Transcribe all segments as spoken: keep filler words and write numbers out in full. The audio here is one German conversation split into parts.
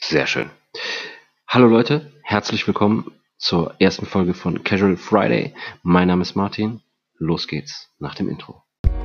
Sehr schön. Hallo Leute, herzlich willkommen zur ersten Folge von Casual Friday. Mein Name ist Martin. Los geht's nach dem Intro.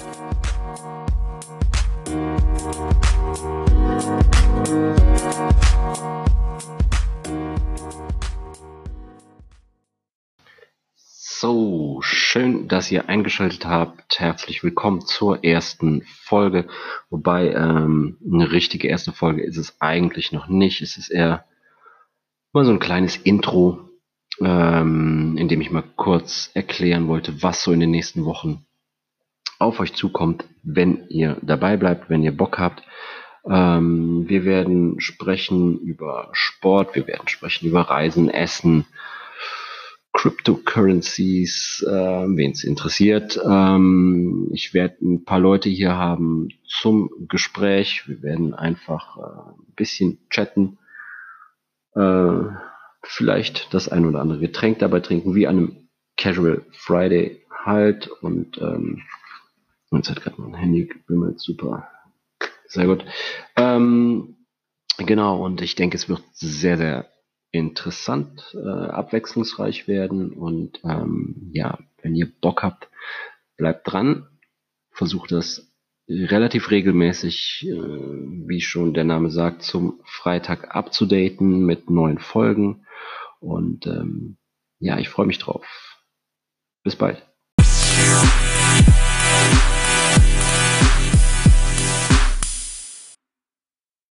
So, schön, dass ihr eingeschaltet habt. Herzlich willkommen zur ersten Folge. Wobei ähm, eine richtige erste Folge ist es eigentlich noch nicht. Es ist eher mal so ein kleines Intro, ähm, in dem ich mal kurz erklären wollte, was so in den nächsten Wochen auf euch zukommt, wenn ihr dabei bleibt, wenn ihr Bock habt. Ähm, wir werden sprechen über Sport, wir werden sprechen über Reisen, Essen, Cryptocurrencies, äh, wen es interessiert. Ähm, ich werde ein paar Leute hier haben zum Gespräch. Wir werden einfach äh, ein bisschen chatten. Äh, vielleicht das ein oder andere Getränk dabei trinken, wie an einem Casual Friday halt. Und ähm, jetzt hat gerade mein Handy gebimmelt, super. Sehr gut. Ähm, genau, und ich denke, es wird sehr, sehr interessant, äh, abwechslungsreich werden. Und ähm, ja, wenn ihr Bock habt, bleibt dran. Versucht das relativ regelmäßig, äh, wie schon der Name sagt, zum Freitag abzudaten mit neuen Folgen. Und ähm, ja, ich freue mich drauf. Bis bald.